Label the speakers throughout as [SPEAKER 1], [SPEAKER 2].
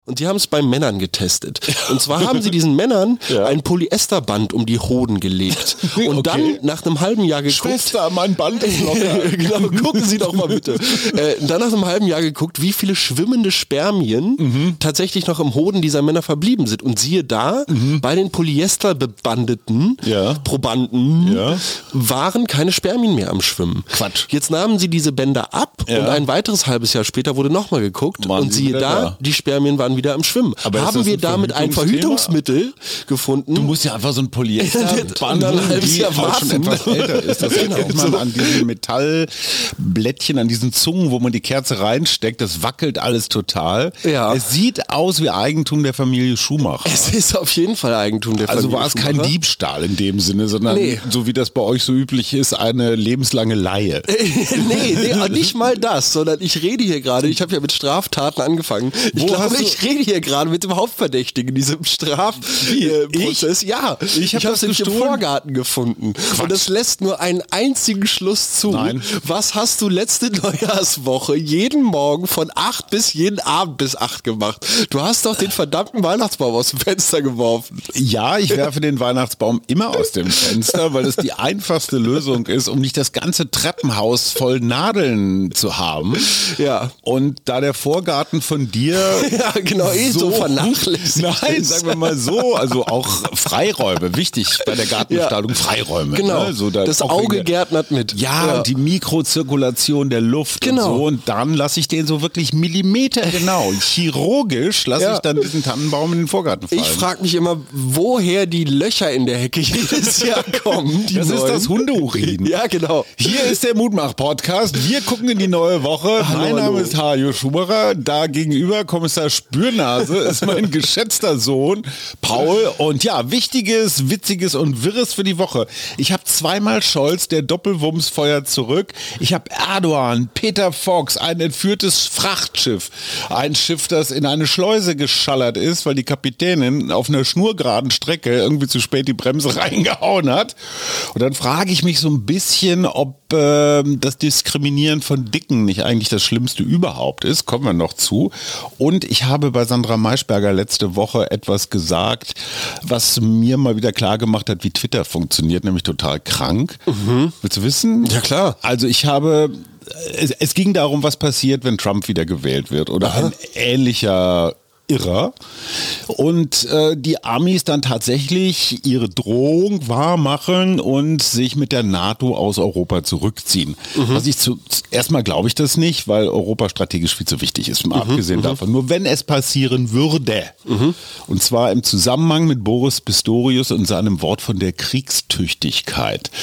[SPEAKER 1] Und die haben es bei Männern getestet. Und zwar haben sie diesen Männern ein Polyesterband um die Hoden gelegt. Und dann nach einem halben Jahr geguckt...
[SPEAKER 2] Schwester, mein Band ist locker.
[SPEAKER 1] Genau, gucken Sie doch mal bitte. Dann nach einem halben Jahr geguckt, wie viele schwimmende Spermien tatsächlich noch im Hoden dieser Männer verblieben sind. Und siehe da, bei den Polyester-bebandeten Probanden waren keine Spermien mehr am Schwimmen.
[SPEAKER 2] Quatsch.
[SPEAKER 1] Jetzt nahmen sie diese Bänder ab und ein weiteres halbes Jahr später wurde nochmal geguckt und siehe da, die Spermien waren wieder am Schwimmen.
[SPEAKER 2] Aber
[SPEAKER 1] haben wir damit ein Verhütungsmittel gefunden?
[SPEAKER 2] Du musst ja einfach so ein Polyesterband,
[SPEAKER 1] dann ein halbes Jahr
[SPEAKER 2] schon etwas älter ist. Das kennt man an diesen Metallblättchen, an diesen Zungen, wo man die Kerze reinsteckt. Das wackelt alles total.
[SPEAKER 1] Ja.
[SPEAKER 2] Es sieht aus wie Eigentum der Familie Schumacher.
[SPEAKER 1] Es ist auf jeden Fall Eigentum der Familie
[SPEAKER 2] Also war es kein Diebstahl in dem Sinne, sondern so wie das bei euch so üblich ist, eine lebenslange Leihe.
[SPEAKER 1] nee, nicht mal das, sondern ich rede hier gerade, ich habe ja mit Straftaten angefangen. Ich rede hier gerade mit dem Hauptverdächtigen in diesem Strafprozess. Ja, ich habe es im Vorgarten gefunden. Quatsch. Und das lässt nur einen einzigen Schluss zu.
[SPEAKER 2] Nein.
[SPEAKER 1] Was hast du letzte Neujahrswoche jeden Morgen von 8 bis jeden Abend bis 8 gemacht? Du hast doch den verdammten Weihnachtsbaum aus dem Fenster geworfen.
[SPEAKER 2] Ja, ich werfe den Weihnachtsbaum immer aus dem Fenster, weil es die einfachste Lösung ist, um nicht das ganze Treppenhaus voll Nadeln zu haben.
[SPEAKER 1] Ja.
[SPEAKER 2] Und da der Vorgarten von dir
[SPEAKER 1] genau, so vernachlässigt.
[SPEAKER 2] Nein, sagen wir mal so, also auch Freiräume, wichtig bei der Gartengestaltung, Freiräume.
[SPEAKER 1] Genau,
[SPEAKER 2] ne? So
[SPEAKER 1] das Auge gärtnert mit.
[SPEAKER 2] Ja, die Mikrozirkulation der Luft und so. Und dann lasse ich den so wirklich millimetergenau, chirurgisch lasse ich dann diesen Tannenbaum in den Vorgarten fallen.
[SPEAKER 1] Ich frage mich immer, woher die Löcher in der Hecke jedes Jahr kommen.
[SPEAKER 2] Das ist das Hundeurin.
[SPEAKER 1] Ja, genau.
[SPEAKER 2] Hier ist der Mutmach-Podcast. Wir gucken in die neue Woche. Mein Name ist Hajo Schumacher. Da gegenüber Kommissar Spürnase ist mein geschätzter Sohn Paul. Und ja, Wichtiges, Witziges und Wirres für die Woche. Ich habe zweimal Scholz, der Doppelwumms feuert zurück. Ich habe Erdogan, Peter Fox, ein entführtes Frachtschiff. Ein Schiff, das in eine Schleuse geschallert ist, weil die Kapitänin auf einer schnurgeraden Strecke irgendwie zu spät die Bremse reingehauen hat. Und dann frage ich mich so ein bisschen, ob das Diskriminieren von Dicken nicht eigentlich das Schlimmste überhaupt ist. Kommen wir noch zu. Und ich habe bei Sandra Maischberger letzte Woche etwas gesagt, was mir mal wieder klar gemacht hat, wie Twitter funktioniert, nämlich total krank. Willst du wissen?
[SPEAKER 1] Ja, klar.
[SPEAKER 2] Also es ging darum, was passiert, wenn Trump wieder gewählt wird oder ein ähnlicher Irrer. Und die Amis dann tatsächlich ihre Drohung wahrmachen und sich mit der NATO aus Europa zurückziehen. Was ich erstmal glaube ich das nicht, weil Europa strategisch viel zu wichtig ist, mal abgesehen davon. Nur wenn es passieren würde, und zwar im Zusammenhang mit Boris Pistorius und seinem Wort von der Kriegstüchtigkeit.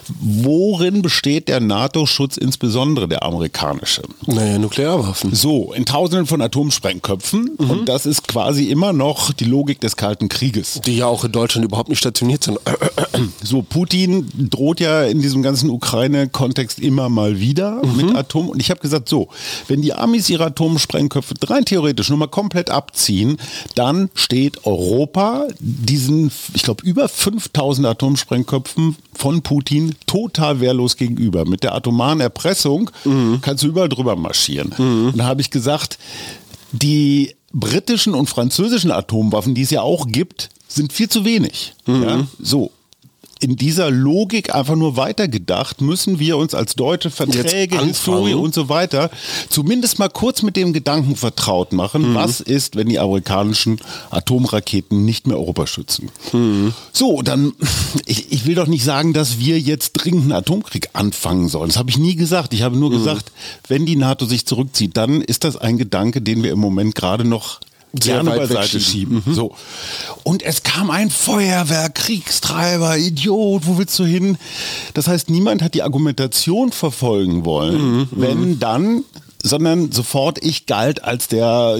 [SPEAKER 2] Worin besteht der NATO-Schutz, insbesondere der amerikanische?
[SPEAKER 1] Naja, Nuklearwaffen.
[SPEAKER 2] So, in Tausenden von Atomsprengköpfen. Und das ist quasi immer noch die Logik des Kalten Krieges.
[SPEAKER 1] Die ja auch in Deutschland überhaupt nicht stationiert sind.
[SPEAKER 2] So, Putin droht ja in diesem ganzen Ukraine-Kontext immer mal wieder mit Atom. Und ich habe gesagt, so, wenn die Amis ihre Atomsprengköpfe rein theoretisch nur mal komplett abziehen, dann steht Europa diesen, ich glaube, über 5000 Atomsprengköpfen von Putin total wehrlos gegenüber. Mit der atomaren Erpressung kannst du überall drüber marschieren. Und da habe ich gesagt, die britischen und französischen Atomwaffen, die es ja auch gibt, sind viel zu wenig. Ja? So. In dieser Logik einfach nur weitergedacht, müssen wir uns als deutsche Verträge, Historie und so weiter zumindest mal kurz mit dem Gedanken vertraut machen, was ist, wenn die amerikanischen Atomraketen nicht mehr Europa schützen. So, dann, ich will doch nicht sagen, dass wir jetzt dringend einen Atomkrieg anfangen sollen. Das habe ich nie gesagt. Ich habe nur gesagt, wenn die NATO sich zurückzieht, dann ist das ein Gedanke, den wir im Moment gerade noch gerne beiseite schieben. So. Und es kam ein Feuerwerk, Kriegstreiber, Idiot, wo willst du hin? Das heißt, niemand hat die Argumentation verfolgen wollen, wenn dann, sondern sofort ich galt als der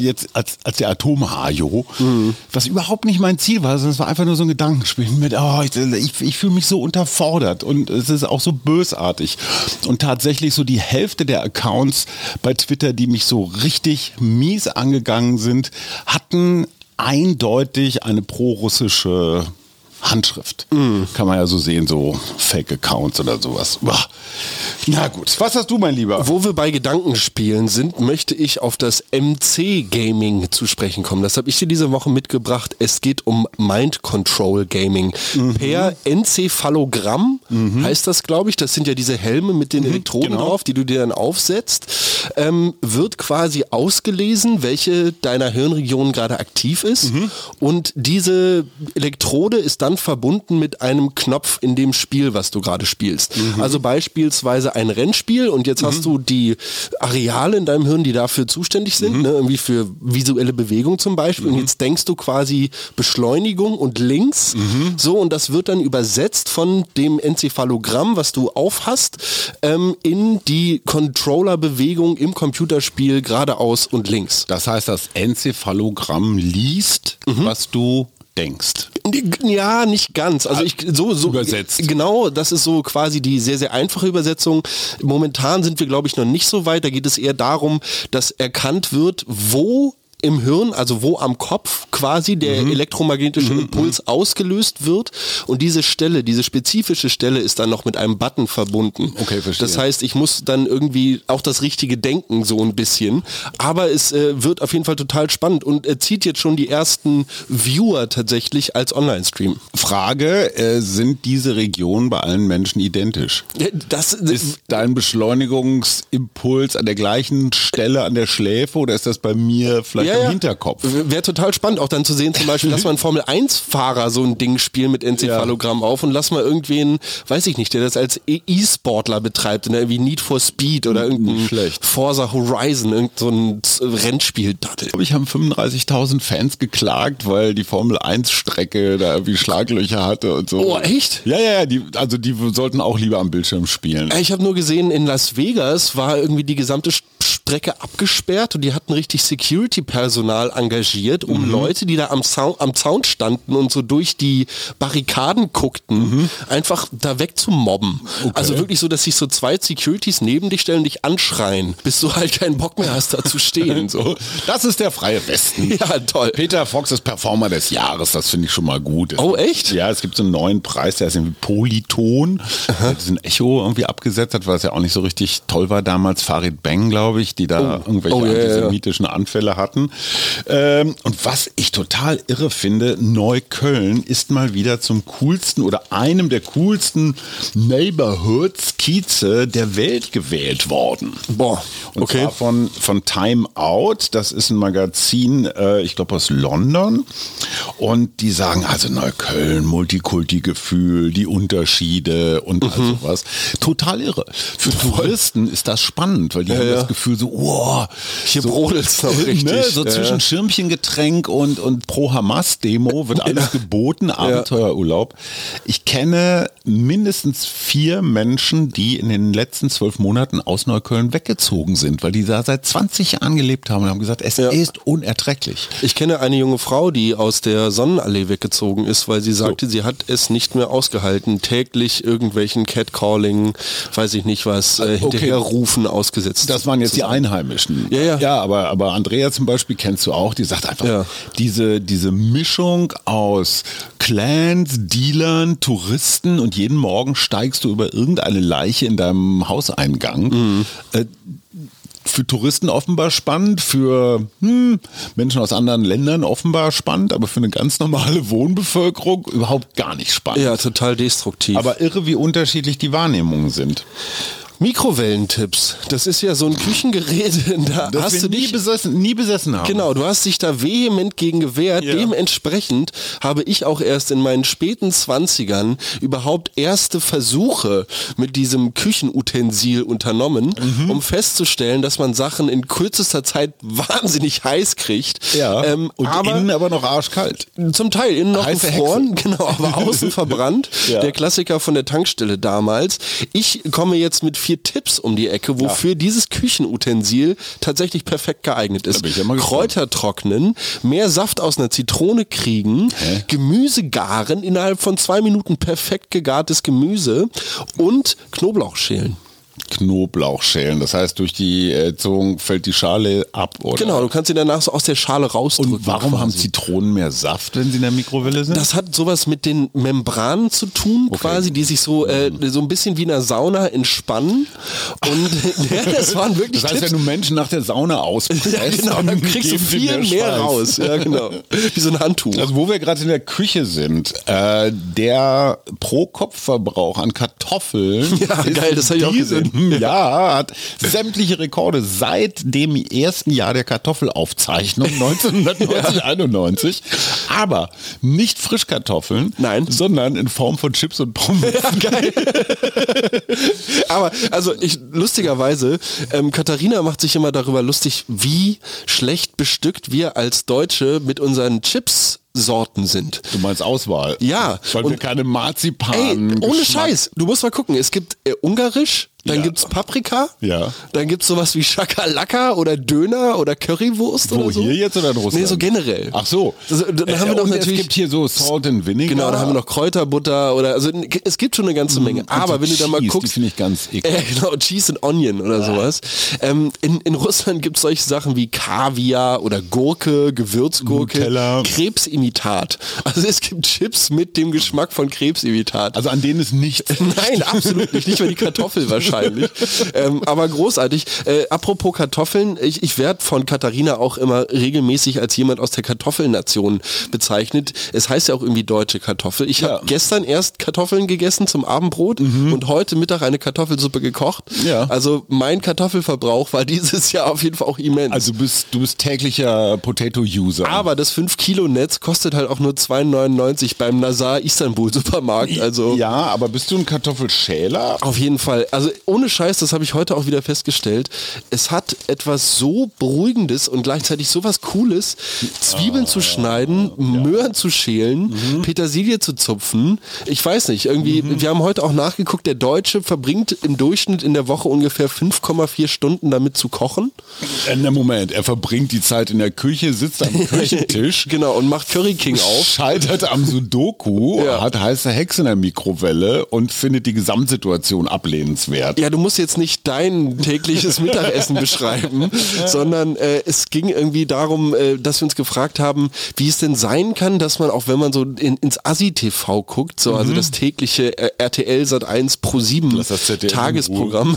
[SPEAKER 2] Atom-Hajo, was überhaupt nicht mein Ziel war, sondern es war einfach nur so ein Gedankenspiel mit, ich fühle mich so unterfordert und es ist auch so bösartig. Und tatsächlich so die Hälfte der Accounts bei Twitter, die mich so richtig mies angegangen sind, hatten eindeutig eine prorussische Handschrift. Kann man ja so sehen, so Fake-Accounts oder sowas. Boah. Na gut, was hast du, mein Lieber?
[SPEAKER 1] Wo wir bei Gedankenspielen sind, möchte ich auf das MC-Gaming zu sprechen kommen. Das habe ich dir diese Woche mitgebracht. Es geht um Mind-Control-Gaming. Per Enzephalogramm heißt das, glaube ich. Das sind ja diese Helme mit den Elektroden drauf, die du dir dann aufsetzt. Wird quasi ausgelesen, welche deiner Hirnregion gerade aktiv ist. Und diese Elektrode ist dann verbunden mit einem Knopf in dem Spiel, was du gerade spielst. Also beispielsweise ein Rennspiel und jetzt hast du die Areale in deinem Hirn, die dafür zuständig sind, ne, irgendwie für visuelle Bewegung zum Beispiel. Und jetzt denkst du quasi Beschleunigung und links. So, und das wird dann übersetzt von dem Enzephalogramm, was du aufhast, in die Controller-Bewegung im Computerspiel geradeaus und links.
[SPEAKER 2] Das heißt, das Enzephalogramm liest, was du denkst.
[SPEAKER 1] Ja, nicht ganz. Also so
[SPEAKER 2] übersetzt.
[SPEAKER 1] Genau, das ist so quasi die sehr, sehr einfache Übersetzung. Momentan sind wir, glaube ich, noch nicht so weit. Da geht es eher darum, dass erkannt wird, wo im Hirn, also wo am Kopf quasi der elektromagnetische Impuls ausgelöst wird und diese Stelle, diese spezifische Stelle ist dann noch mit einem Button verbunden.
[SPEAKER 2] Okay, verstehe.
[SPEAKER 1] Das heißt, ich muss dann irgendwie auch das Richtige denken, so ein bisschen. Aber es wird auf jeden Fall total spannend und zieht jetzt schon die ersten Viewer tatsächlich als Online-Stream.
[SPEAKER 2] Frage, sind diese Regionen bei allen Menschen identisch?
[SPEAKER 1] Das
[SPEAKER 2] ist dein Beschleunigungsimpuls an der gleichen Stelle an der Schläfe oder ist das bei mir vielleicht im Hinterkopf?
[SPEAKER 1] Wäre total spannend, auch dann zu sehen zum Beispiel, lass mal einen Formel-1-Fahrer so ein Ding spielen mit Enzephalogramm auf und lass mal irgendwen, weiß ich nicht, der das als E-Sportler betreibt, irgendwie Need for Speed oder irgendein Forza Horizon, irgend so ein Rennspiel daddelt.
[SPEAKER 2] Ich habe 35.000 Fans geklagt, weil die Formel-1-Strecke da irgendwie Schlaglöcher hatte und so.
[SPEAKER 1] Oh, echt?
[SPEAKER 2] Ja, die sollten auch lieber am Bildschirm spielen.
[SPEAKER 1] Ich habe nur gesehen, in Las Vegas war irgendwie die gesamte Strecke abgesperrt und die hatten richtig Security-Personal engagiert, um Leute, die da am Zaun standen und so durch die Barrikaden guckten, einfach da wegzumobben. Okay. Also wirklich so, dass sich so zwei Securities neben dich stellen und dich anschreien, bis du halt keinen Bock mehr hast, da zu stehen. So.
[SPEAKER 2] Das ist der freie Westen.
[SPEAKER 1] Ja, toll.
[SPEAKER 2] Peter Fox ist Performer des Jahres, das finde ich schon mal gut.
[SPEAKER 1] Oh, echt?
[SPEAKER 2] Ja, es gibt so einen neuen Preis, der ist irgendwie Polyton, der diesen Echo irgendwie abgesetzt hat, weil es ja auch nicht so richtig toll war damals. Farid Bang, glaube ich, die da irgendwelche antisemitischen Anfälle hatten. Und was ich total irre finde, Neukölln ist mal wieder zum coolsten oder einem der coolsten Neighborhoods, Kieze der Welt gewählt worden.
[SPEAKER 1] Boah,
[SPEAKER 2] und zwar von Time Out, das ist ein Magazin, ich glaube aus London. Und die sagen, also Neukölln, Multikulti-Gefühl, die Unterschiede und all sowas. Total irre. Für Touristen ist das spannend, weil die haben das Gefühl so, wow,
[SPEAKER 1] hier brodelt's noch richtig.
[SPEAKER 2] Ne, so zwischen Schirmchengetränk und Pro-Hamas-Demo wird alles geboten, Abenteuerurlaub. Ich kenne mindestens 4 Menschen, die in den letzten 12 Monaten aus Neukölln weggezogen sind, weil die da seit 20 Jahren gelebt haben und haben gesagt, es ist unerträglich.
[SPEAKER 1] Ich kenne eine junge Frau, die aus der Sonnenallee weggezogen ist, weil sie sagte, sie hat es nicht mehr ausgehalten, täglich irgendwelchen Catcalling, weiß ich nicht was, hinterherrufen ausgesetzt.
[SPEAKER 2] Das waren jetzt die Einheimischen. Ja, aber Andrea zum Beispiel kennst du auch, die sagt einfach, diese Mischung aus Clans, Dealern, Touristen und jeden Morgen steigst du über irgendeine Leiche in deinem Hauseingang. Für Touristen offenbar spannend, für Menschen aus anderen Ländern offenbar spannend, aber für eine ganz normale Wohnbevölkerung überhaupt gar nicht spannend.
[SPEAKER 1] Ja, total destruktiv.
[SPEAKER 2] Aber irre, wie unterschiedlich die Wahrnehmungen sind.
[SPEAKER 1] Mikrowellentipps, das ist ja so ein Küchengerät, da
[SPEAKER 2] das
[SPEAKER 1] hast du
[SPEAKER 2] nie besessen haben.
[SPEAKER 1] Genau, du hast dich da vehement gegen gewehrt. Ja. Dementsprechend habe ich auch erst in meinen späten 20ern überhaupt erste Versuche mit diesem Küchenutensil unternommen, um festzustellen, dass man Sachen in kürzester Zeit wahnsinnig heiß kriegt.
[SPEAKER 2] Ja, und innen aber noch arschkalt.
[SPEAKER 1] Zum Teil innen noch gefroren, genau, aber außen verbrannt. Ja. Der Klassiker von der Tankstelle damals. Ich komme jetzt mit 4 Tipps um die Ecke, wofür dieses Küchenutensil tatsächlich perfekt geeignet ist. Kräuter trocknen, mehr Saft aus einer Zitrone kriegen, Gemüse garen, innerhalb von 2 Minuten perfekt gegartes Gemüse und Knoblauch schälen.
[SPEAKER 2] Knoblauch schälen. Das heißt, durch die Erhitzung fällt die Schale ab, oder?
[SPEAKER 1] Genau, du kannst sie danach so aus der Schale rausdrücken.
[SPEAKER 2] Und warum haben Zitronen mehr Saft, wenn sie in der Mikrowelle sind?
[SPEAKER 1] Das hat sowas mit den Membranen zu tun, quasi, die sich so ein bisschen wie in einer Sauna entspannen. Und das waren wirklich
[SPEAKER 2] Das heißt, wenn du Menschen nach der Sauna auspresst,
[SPEAKER 1] ja, genau, dann kriegst du viel mehr raus. Ja, genau. Wie so ein Handtuch.
[SPEAKER 2] Also wo wir gerade in der Küche sind, der Pro-Kopf-Verbrauch an Kartoffeln
[SPEAKER 1] ja, geil, das habe ich auch gesehen.
[SPEAKER 2] Ja, hat sämtliche Rekorde seit dem ersten Jahr der Kartoffelaufzeichnung 1991. Aber nicht Frischkartoffeln,
[SPEAKER 1] nein,
[SPEAKER 2] sondern in Form von Chips und Pommes.
[SPEAKER 1] Ja, geil. Aber also lustigerweise, Katharina macht sich immer darüber lustig, wie schlecht bestückt wir als Deutsche mit unseren Chips-Sorten sind.
[SPEAKER 2] Du meinst Auswahl?
[SPEAKER 1] Ja.
[SPEAKER 2] Weil wir keine Marzipan.
[SPEAKER 1] Ohne Scheiß. Du musst mal gucken. Es gibt Ungarisch, dann gibt's Paprika, dann gibt's sowas wie Schakalaka oder Döner oder Currywurst oder so.
[SPEAKER 2] Hier jetzt oder in Russland?
[SPEAKER 1] Nee, so generell.
[SPEAKER 2] Ach so.
[SPEAKER 1] Also, dann haben wir noch natürlich,
[SPEAKER 2] es gibt hier so Salt and Vinegar.
[SPEAKER 1] Genau, dann haben wir noch Kräuterbutter oder, also es gibt schon eine ganze Menge. Aber
[SPEAKER 2] so
[SPEAKER 1] wenn du da mal guckst.
[SPEAKER 2] Die finde ich ganz eklig.
[SPEAKER 1] Genau, Cheese and Onion oder sowas. In Russland gibt's solche Sachen wie Kaviar oder Gurke, Gewürzgurke,
[SPEAKER 2] Nutella.
[SPEAKER 1] Krebsimitat. Also es gibt Chips mit dem Geschmack von Krebsimitat.
[SPEAKER 2] Also an denen ist nichts.
[SPEAKER 1] Nein, absolut nicht. Nicht mal die Kartoffel wahrscheinlich. Aber großartig. Apropos Kartoffeln, ich werde von Katharina auch immer regelmäßig als jemand aus der Kartoffelnation bezeichnet. Es heißt ja auch irgendwie deutsche Kartoffel. Ich habe gestern erst Kartoffeln gegessen zum Abendbrot und heute Mittag eine Kartoffelsuppe gekocht. Ja. Also mein Kartoffelverbrauch war dieses Jahr auf jeden Fall auch immens.
[SPEAKER 2] Also du bist täglicher Potato-User.
[SPEAKER 1] Aber das 5-Kilo-Netz kostet halt auch nur 2,99 beim Nazar Istanbul Supermarkt. Also
[SPEAKER 2] ja, aber bist du ein Kartoffelschäler?
[SPEAKER 1] Auf jeden Fall. Also ohne Scheiß, das habe ich heute auch wieder festgestellt. Es hat etwas so Beruhigendes und gleichzeitig sowas Cooles, Zwiebeln zu schneiden, Möhren zu schälen, Petersilie zu zupfen. Ich weiß nicht, irgendwie, wir haben heute auch nachgeguckt, der Deutsche verbringt im Durchschnitt in der Woche ungefähr 5,4 Stunden damit zu kochen.
[SPEAKER 2] Moment, er verbringt die Zeit in der Küche, sitzt am Küchentisch.
[SPEAKER 1] Genau, und macht Curry King auf.
[SPEAKER 2] Scheitert am Sudoku, hat heiße Hexe in der Mikrowelle und findet die Gesamtsituation ablehnenswert.
[SPEAKER 1] Ja, du musst jetzt nicht dein tägliches Mittagessen beschreiben, sondern es ging irgendwie darum, dass wir uns gefragt haben, wie es denn sein kann, dass man, auch wenn man so ins Assi-TV guckt, so also das tägliche RTL Sat.1 Pro7 Tagesprogramm,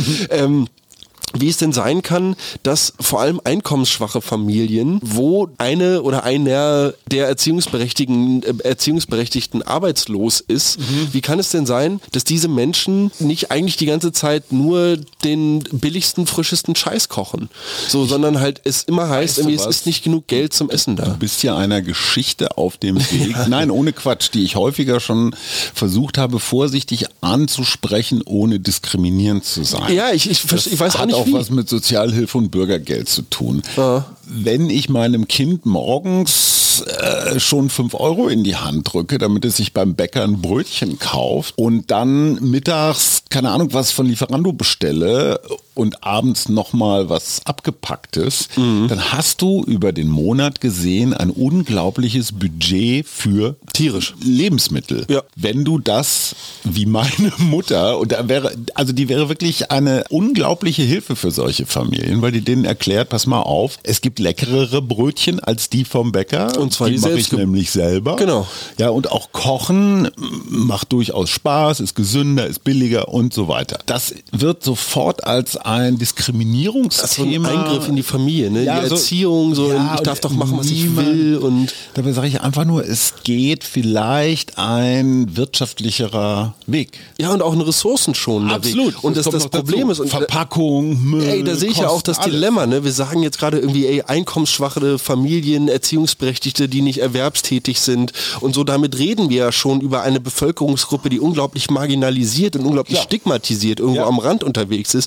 [SPEAKER 1] wie es denn sein kann, dass vor allem einkommensschwache Familien, wo eine oder einer der Erziehungsberechtigten arbeitslos ist, wie kann es denn sein, dass diese Menschen nicht eigentlich die ganze Zeit nur den billigsten, frischesten Scheiß kochen, so, sondern halt es immer heißt, irgendwie, es ist nicht genug Geld zum Essen da.
[SPEAKER 2] Du bist ja einer Geschichte auf dem Weg. Nein, ohne Quatsch, die ich häufiger schon versucht habe, vorsichtig anzusprechen, ohne diskriminierend zu sein.
[SPEAKER 1] Ja, ich weiß auch nicht,
[SPEAKER 2] auch was mit Sozialhilfe und Bürgergeld zu tun. Wenn ich meinem Kind morgens schon 5 Euro in die Hand drücke, damit es sich beim Bäcker ein Brötchen kauft und dann mittags, keine Ahnung, was von Lieferando bestelle und abends nochmal was Abgepacktes, dann hast du über den Monat gesehen ein unglaubliches Budget für
[SPEAKER 1] tierisch
[SPEAKER 2] Lebensmittel. Ja. Wenn du das, wie meine Mutter, und da wäre, also die wäre wirklich eine unglaubliche Hilfe für solche Familien, weil die denen erklärt, pass mal auf, es gibt leckerere Brötchen als die vom Bäcker.
[SPEAKER 1] Und zwar
[SPEAKER 2] die mache ich nämlich selber.
[SPEAKER 1] Genau.
[SPEAKER 2] Ja, und auch Kochen macht durchaus Spaß, ist gesünder, ist billiger und so weiter. Das wird sofort als ein Diskriminierungsthema.
[SPEAKER 1] So ein Eingriff in die Familie, ne?
[SPEAKER 2] Ja,
[SPEAKER 1] die Erziehung, so ich darf doch machen, was ich will. Und
[SPEAKER 2] dabei sage ich einfach nur, es geht vielleicht ein wirtschaftlicherer Weg.
[SPEAKER 1] Ja, und auch ein ressourcenschonender Weg. Und das Problem ist, und
[SPEAKER 2] Verpackung, Müll,
[SPEAKER 1] da sehe ich ja auch das Dilemma, ne? Wir sagen jetzt gerade irgendwie, einkommensschwache Familien, Erziehungsberechtigte, die nicht erwerbstätig sind und so, damit reden wir ja schon über eine Bevölkerungsgruppe, die unglaublich marginalisiert und unglaublich stigmatisiert irgendwo am Rand unterwegs ist. Und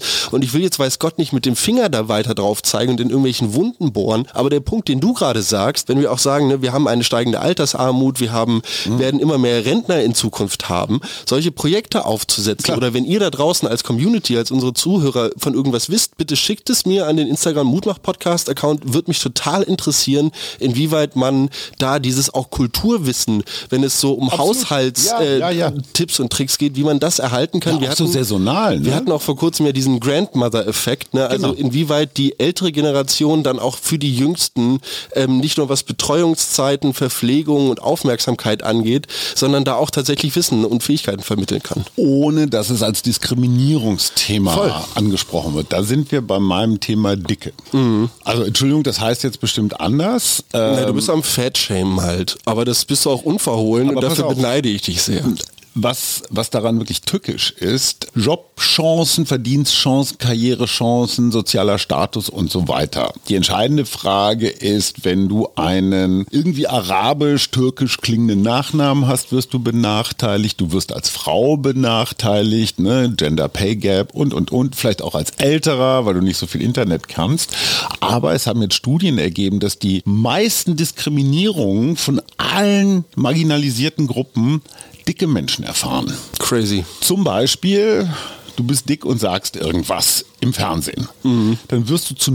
[SPEAKER 1] Und ich will jetzt, weiß Gott, nicht mit dem Finger da weiter drauf zeigen und in irgendwelchen Wunden bohren, aber der Punkt, den du gerade sagst, wenn wir auch sagen, ne, wir haben eine steigende Altersarmut, werden immer mehr Rentner in Zukunft haben, solche Projekte aufzusetzen. Klar. Oder wenn ihr da draußen als Community, als unsere Zuhörer von irgendwas wisst, bitte schickt es mir an den Instagram Mutmach-Podcast-Account, wird mich total interessieren, inwieweit man da dieses auch Kulturwissen, wenn es so um Haushaltstipps und Tricks geht, wie man das erhalten kann.
[SPEAKER 2] Ja, wir hatten so saisonal. Ne?
[SPEAKER 1] Wir hatten auch vor kurzem ja diesen Grandmother-Effekt, ne? Also inwieweit die ältere Generation dann auch für die Jüngsten nicht nur was Betreuungszeiten, Verpflegung und Aufmerksamkeit angeht, sondern da auch tatsächlich Wissen und Fähigkeiten vermitteln kann.
[SPEAKER 2] Ohne dass es als Diskriminierungsthema angesprochen wird. Da sind wir bei meinem Thema Dicke. Also Entschuldigung, das heißt jetzt bestimmt anders.
[SPEAKER 1] Du bist am Fat-Shamen halt, aber das bist du auch unverhohlen und dafür beneide ich dich sehr.
[SPEAKER 2] Was daran wirklich tückisch ist, Jobchancen, Verdienstchancen, Karrierechancen, sozialer Status und so weiter. Die entscheidende Frage ist, wenn du einen irgendwie arabisch, türkisch klingenden Nachnamen hast, wirst du benachteiligt, du wirst als Frau benachteiligt, ne? Gender Pay Gap und, vielleicht auch als Älterer, weil du nicht so viel Internet kannst. Aber es haben jetzt Studien ergeben, dass die meisten Diskriminierungen von allen marginalisierten Gruppen dicke Menschen erfahren.
[SPEAKER 1] Crazy.
[SPEAKER 2] Zum Beispiel, du bist dick und sagst irgendwas im Fernsehen. Dann wirst du zu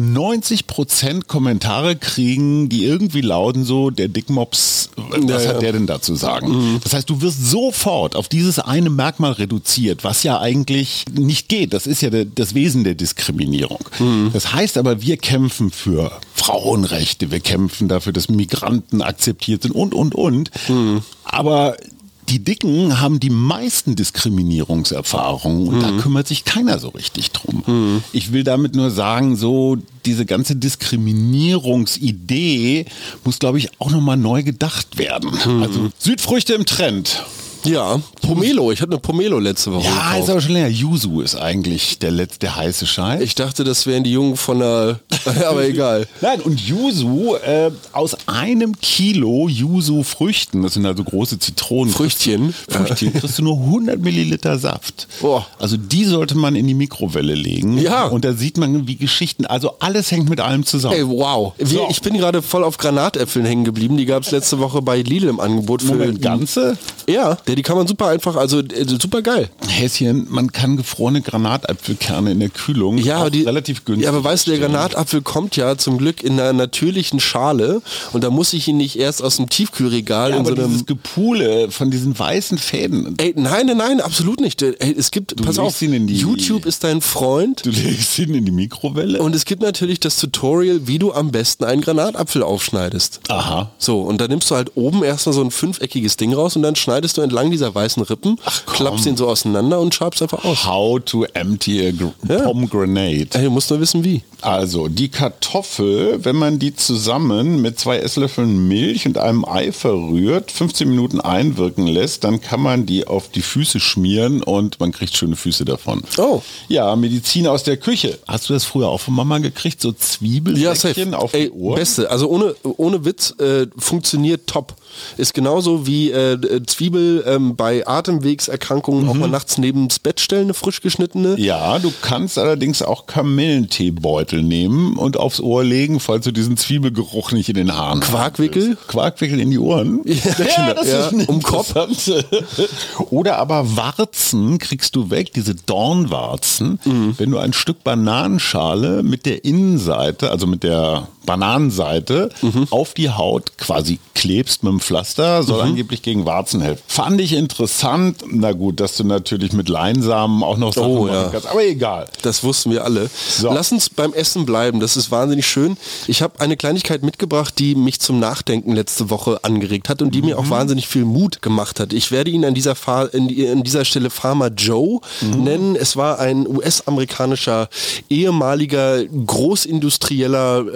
[SPEAKER 2] 90% Kommentare kriegen, die irgendwie lauten so, der Dickmops, was hat der denn da zu sagen? Das heißt, du wirst sofort auf dieses eine Merkmal reduziert, was ja eigentlich nicht geht. Das ist ja das Wesen der Diskriminierung. Das heißt aber, wir kämpfen für Frauenrechte, wir kämpfen dafür, dass Migranten akzeptiert sind und. Aber die Dicken haben die meisten Diskriminierungserfahrungen und da kümmert sich keiner so richtig drum. Ich will damit nur sagen, so diese ganze Diskriminierungsidee muss, glaube ich, auch nochmal neu gedacht werden. Also Südfrüchte im Trend.
[SPEAKER 1] Ja, Pomelo. Ich hatte eine Pomelo letzte Woche gekauft.
[SPEAKER 2] Ist aber schon länger. Yuzu ist eigentlich der heiße Scheiß.
[SPEAKER 1] Ich dachte, das wären die Jungen von der... aber egal.
[SPEAKER 2] Nein, und Yuzu, aus 1 Kilo Yuzu-Früchten, das sind also große Zitronen.
[SPEAKER 1] Früchtchen,
[SPEAKER 2] kriegst du nur 100 Milliliter Saft.
[SPEAKER 1] Boah.
[SPEAKER 2] Also die sollte man in die Mikrowelle legen.
[SPEAKER 1] Ja.
[SPEAKER 2] Und da sieht man, wie Geschichten, also alles hängt mit allem zusammen.
[SPEAKER 1] Ey, wow. Ich bin gerade voll auf Granatäpfeln hängen geblieben. Die gab es letzte Woche bei Lidl im Angebot.
[SPEAKER 2] Moment, ganze?
[SPEAKER 1] Ja. Die kann man super einfach, also super geil.
[SPEAKER 2] Häschen, man kann gefrorene Granatäpfelkerne in der Kühlung relativ günstig.
[SPEAKER 1] Ja, aber weißt du, der Granatapfel kommt ja zum Glück in einer natürlichen Schale und da muss ich ihn nicht erst aus dem Tiefkühlregal in so einem...
[SPEAKER 2] dieses Gepule von diesen weißen Fäden.
[SPEAKER 1] Ey, nein, absolut nicht. Ey, es gibt, pass auf, YouTube ist dein Freund.
[SPEAKER 2] Du legst ihn in die Mikrowelle.
[SPEAKER 1] Und es gibt natürlich das Tutorial, wie du am besten einen Granatapfel aufschneidest.
[SPEAKER 2] Aha.
[SPEAKER 1] So, und da nimmst du halt oben erstmal so ein 5-eckiges Ding raus und dann schneidest du entlang dieser weißen Rippen, klappst ihn so auseinander und schabst einfach aus.
[SPEAKER 2] How to empty a pomegranate.
[SPEAKER 1] Ey, du musst nur wissen, wie.
[SPEAKER 2] Also, die Kartoffel, wenn man die zusammen mit 2 Esslöffeln Milch und einem Ei verrührt, 15 Minuten einwirken lässt, dann kann man die auf die Füße schmieren und man kriegt schöne Füße davon.
[SPEAKER 1] Oh.
[SPEAKER 2] Ja, Medizin aus der Küche. Hast du das früher auch von Mama gekriegt? So Zwiebelsäckchen auf die Ohren?
[SPEAKER 1] Beste. Also ohne Witz, funktioniert top. Ist genauso wie Zwiebel bei Atemwegserkrankungen auch mal nachts neben das Bett stellen, eine frisch geschnittene.
[SPEAKER 2] Ja, du kannst allerdings auch Kamillenteebeutel nehmen und aufs Ohr legen, falls du diesen Zwiebelgeruch nicht in den Haaren hast.
[SPEAKER 1] Quakwickel?
[SPEAKER 2] Quakwickel in die Ohren?
[SPEAKER 1] Ja, das ist um Kopf.
[SPEAKER 2] Oder aber Warzen kriegst du weg, diese Dornwarzen, wenn du ein Stück Bananenschale mit der Innenseite, also mit der Bananenseite auf die Haut quasi klebst mit dem Pflaster, soll angeblich gegen Warzen helfen. Fand ich interessant. Na gut, dass du natürlich mit Leinsamen auch noch Sachen machen kannst, aber egal.
[SPEAKER 1] Das wussten wir alle. So. Lass uns beim Essen bleiben, das ist wahnsinnig schön. Ich habe eine Kleinigkeit mitgebracht, die mich zum Nachdenken letzte Woche angeregt hat und die mir auch wahnsinnig viel Mut gemacht hat. Ich werde ihn an dieser Stelle Farmer Joe nennen. Es war ein US-amerikanischer ehemaliger großindustrieller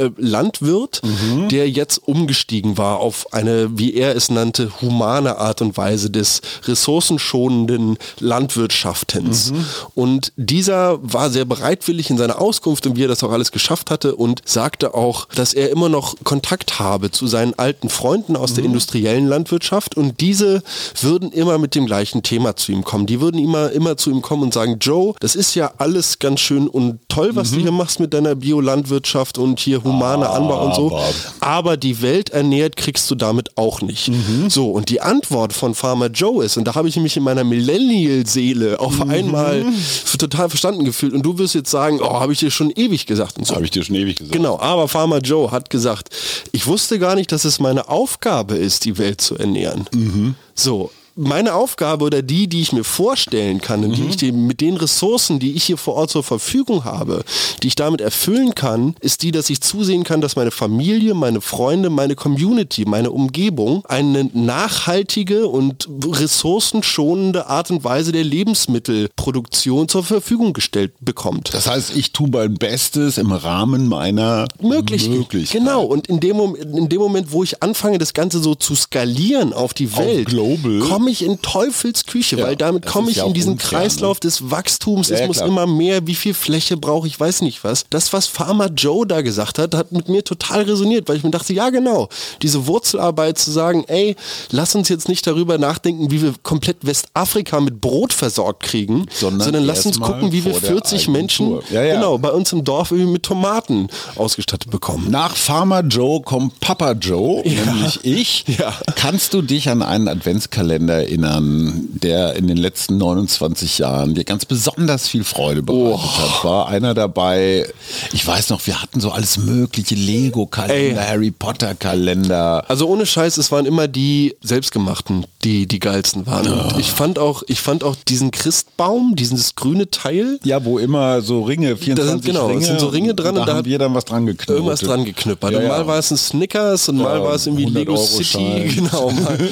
[SPEAKER 1] Landwirt, der jetzt umgestiegen war auf eine, wie er es nannte, humane Art und Weise des ressourcenschonenden Landwirtschaftens. Und dieser war sehr bereitwillig in seiner Auskunft und wie er das auch alles geschafft hatte und sagte auch, dass er immer noch Kontakt habe zu seinen alten Freunden aus der industriellen Landwirtschaft und diese würden immer mit dem gleichen Thema zu ihm kommen. Die würden immer zu ihm kommen und sagen, Joe, das ist ja alles ganz schön und toll, was du hier machst mit deiner Biolandwirtschaft und hier humaner Anbau und so, aber die Welt ernährt kriegst du damit auch nicht. So, und die Antwort von Farmer Joe ist, und da habe ich mich in meiner Millennial-Seele auf einmal total verstanden gefühlt und du wirst jetzt sagen, habe ich dir schon ewig gesagt und so.
[SPEAKER 2] Habe ich dir schon ewig gesagt.
[SPEAKER 1] Genau, aber Farmer Joe hat gesagt, ich wusste gar nicht, dass es meine Aufgabe ist, die Welt zu ernähren. So, meine Aufgabe oder die ich mir vorstellen kann und die ich mit den Ressourcen, die ich hier vor Ort zur Verfügung habe, die ich damit erfüllen kann, ist die, dass ich zusehen kann, dass meine Familie, meine Freunde, meine Community, meine Umgebung eine nachhaltige und ressourcenschonende Art und Weise der Lebensmittelproduktion zur Verfügung gestellt bekommt.
[SPEAKER 2] Das heißt, ich tue mein Bestes im Rahmen meiner Möglichkeit.
[SPEAKER 1] Genau, und in dem Moment, wo ich anfange, das Ganze so zu skalieren auf die Welt, komme ich in Teufelsküche, weil damit komme ich in diesen Kreislauf des Wachstums, es muss immer mehr, wie viel Fläche brauche ich, weiß nicht was. Das, was Farmer Joe da gesagt hat mit mir total resoniert, weil ich mir dachte, ja genau, diese Wurzelarbeit zu sagen, ey, lass uns jetzt nicht darüber nachdenken, wie wir komplett Westafrika mit Brot versorgt kriegen, sondern lass uns gucken, wie wir 40 Menschen genau, bei uns im Dorf irgendwie mit Tomaten ausgestattet bekommen.
[SPEAKER 2] Nach Farmer Joe kommt Papa Joe, nämlich ich. Kannst du dich an einen Adventskalender erinnern, der in den letzten 29 Jahren dir ganz besonders viel Freude bereitet hat? War einer dabei, ich weiß noch, wir hatten so alles mögliche, Lego-Kalender, Harry Potter-Kalender.
[SPEAKER 1] Also ohne Scheiß, es waren immer die selbstgemachten, die geilsten waren. Und ich fand auch diesen Christbaum, dieses grüne Teil.
[SPEAKER 2] Ja, wo immer so Ringe, 24 Ringe.
[SPEAKER 1] Es sind so Ringe dran und da
[SPEAKER 2] haben wir dann was dran geknüppelt.
[SPEAKER 1] Irgendwas dran geknüppert. Und mal war es ein Snickers und mal war es irgendwie Lego City, genau,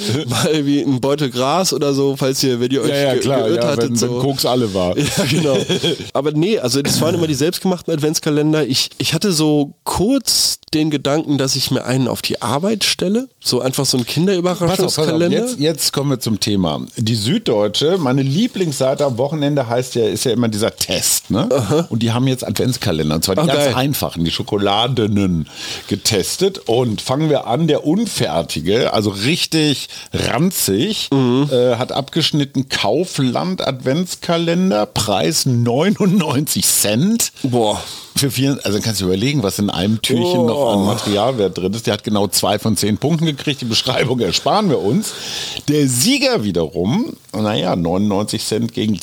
[SPEAKER 1] mal wie ein Beutel Gras oder so, falls wenn ihr euch geirrt hattet.
[SPEAKER 2] Wenn Koks alle war.
[SPEAKER 1] Ja, genau. Aber nee, also das waren immer die selbstgemachten Adventskalender. Ich hatte so kurz den Gedanken, dass ich mir einen auf die Arbeit stelle. So einfach so ein Kinderüberraschungskalender.
[SPEAKER 2] Pass auf. Jetzt kommen wir zum Thema. Die Süddeutsche, meine Lieblingsseite am Wochenende ist ja immer dieser Test, ne? Und die haben jetzt Adventskalender. Und zwar die ganz einfachen, die Schokoladenen getestet. Und fangen wir an, der unfertige, also richtig ranzig, hat abgeschnitten Kaufland Adventskalender, Preis 99 Cent.
[SPEAKER 1] Boah.
[SPEAKER 2] Also kannst du überlegen, was in einem Türchen noch an Materialwert drin ist. Der hat genau 2 von 10 Punkten gekriegt. Die Beschreibung ersparen wir uns. Der Sieger wiederum, 99 Cent gegen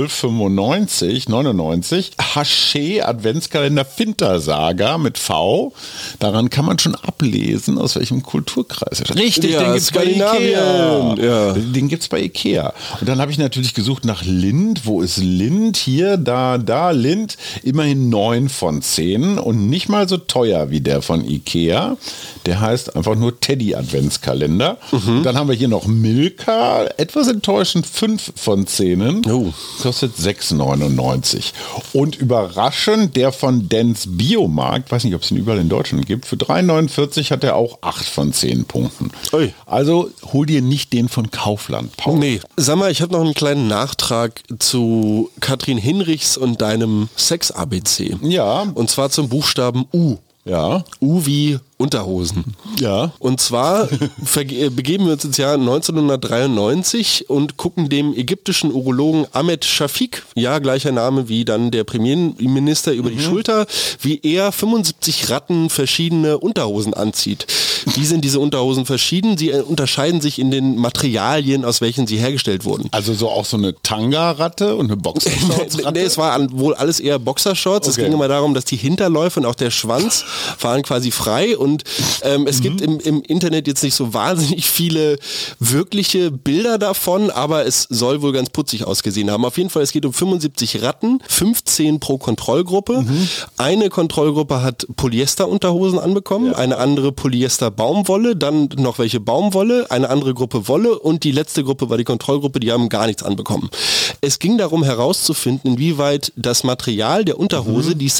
[SPEAKER 2] 12,99. Haché Adventskalender Fintersaga mit V. Daran kann man schon ablesen, aus welchem Kulturkreis er ist. Richtig, den gibt's bei Ikea. Ja. Den gibt's bei Ikea. Und dann habe ich natürlich gesucht nach Lindt. Wo ist Lindt? Hier, da, Lindt. Immerhin 9 von 10 und nicht mal so teuer wie der von Ikea. Der heißt einfach nur Teddy Adventskalender. Dann haben wir hier noch Milka, etwas enttäuschend 5 von 10. Kostet 6,99. Und überraschend der von Dens Biomarkt, weiß nicht, ob es den überall in Deutschland gibt, für 3,49 hat er auch 8 von 10 Punkten. Ui. Also hol dir nicht den von Kaufland, Paul.
[SPEAKER 1] Nee, sag mal, ich habe noch einen kleinen Nachtrag zu Katrin Hinrichs und deinem Sex-ABC.
[SPEAKER 2] Ja.
[SPEAKER 1] Und zwar zum Buchstaben U.
[SPEAKER 2] Ja.
[SPEAKER 1] U wie Unterhosen.
[SPEAKER 2] Ja.
[SPEAKER 1] Und zwar begeben wir uns ins Jahr 1993 und gucken dem ägyptischen Urologen Ahmed Shafik, gleicher Name wie dann der Premierminister, über die Schulter, wie er 75 Ratten verschiedene Unterhosen anzieht. Wie sind diese Unterhosen verschieden? Sie unterscheiden sich in den Materialien, aus welchen sie hergestellt wurden.
[SPEAKER 2] Also so auch so eine Tanga-Ratte und eine Boxershorts-Ratte?
[SPEAKER 1] Nee, es war wohl alles eher Boxershorts. Es ging immer darum, dass die Hinterläufe und auch der Schwanz waren quasi frei und es gibt im Internet jetzt nicht so wahnsinnig viele wirkliche Bilder davon, aber es soll wohl ganz putzig ausgesehen haben. Auf jeden Fall, es geht um 75 Ratten, 15 pro Kontrollgruppe. Eine Kontrollgruppe hat Polyesterunterhosen anbekommen, eine andere Polyester-Baumwolle, dann noch welche Baumwolle, eine andere Gruppe Wolle und die letzte Gruppe war die Kontrollgruppe, die haben gar nichts anbekommen. Es ging darum herauszufinden, inwieweit das Material der Unterhose die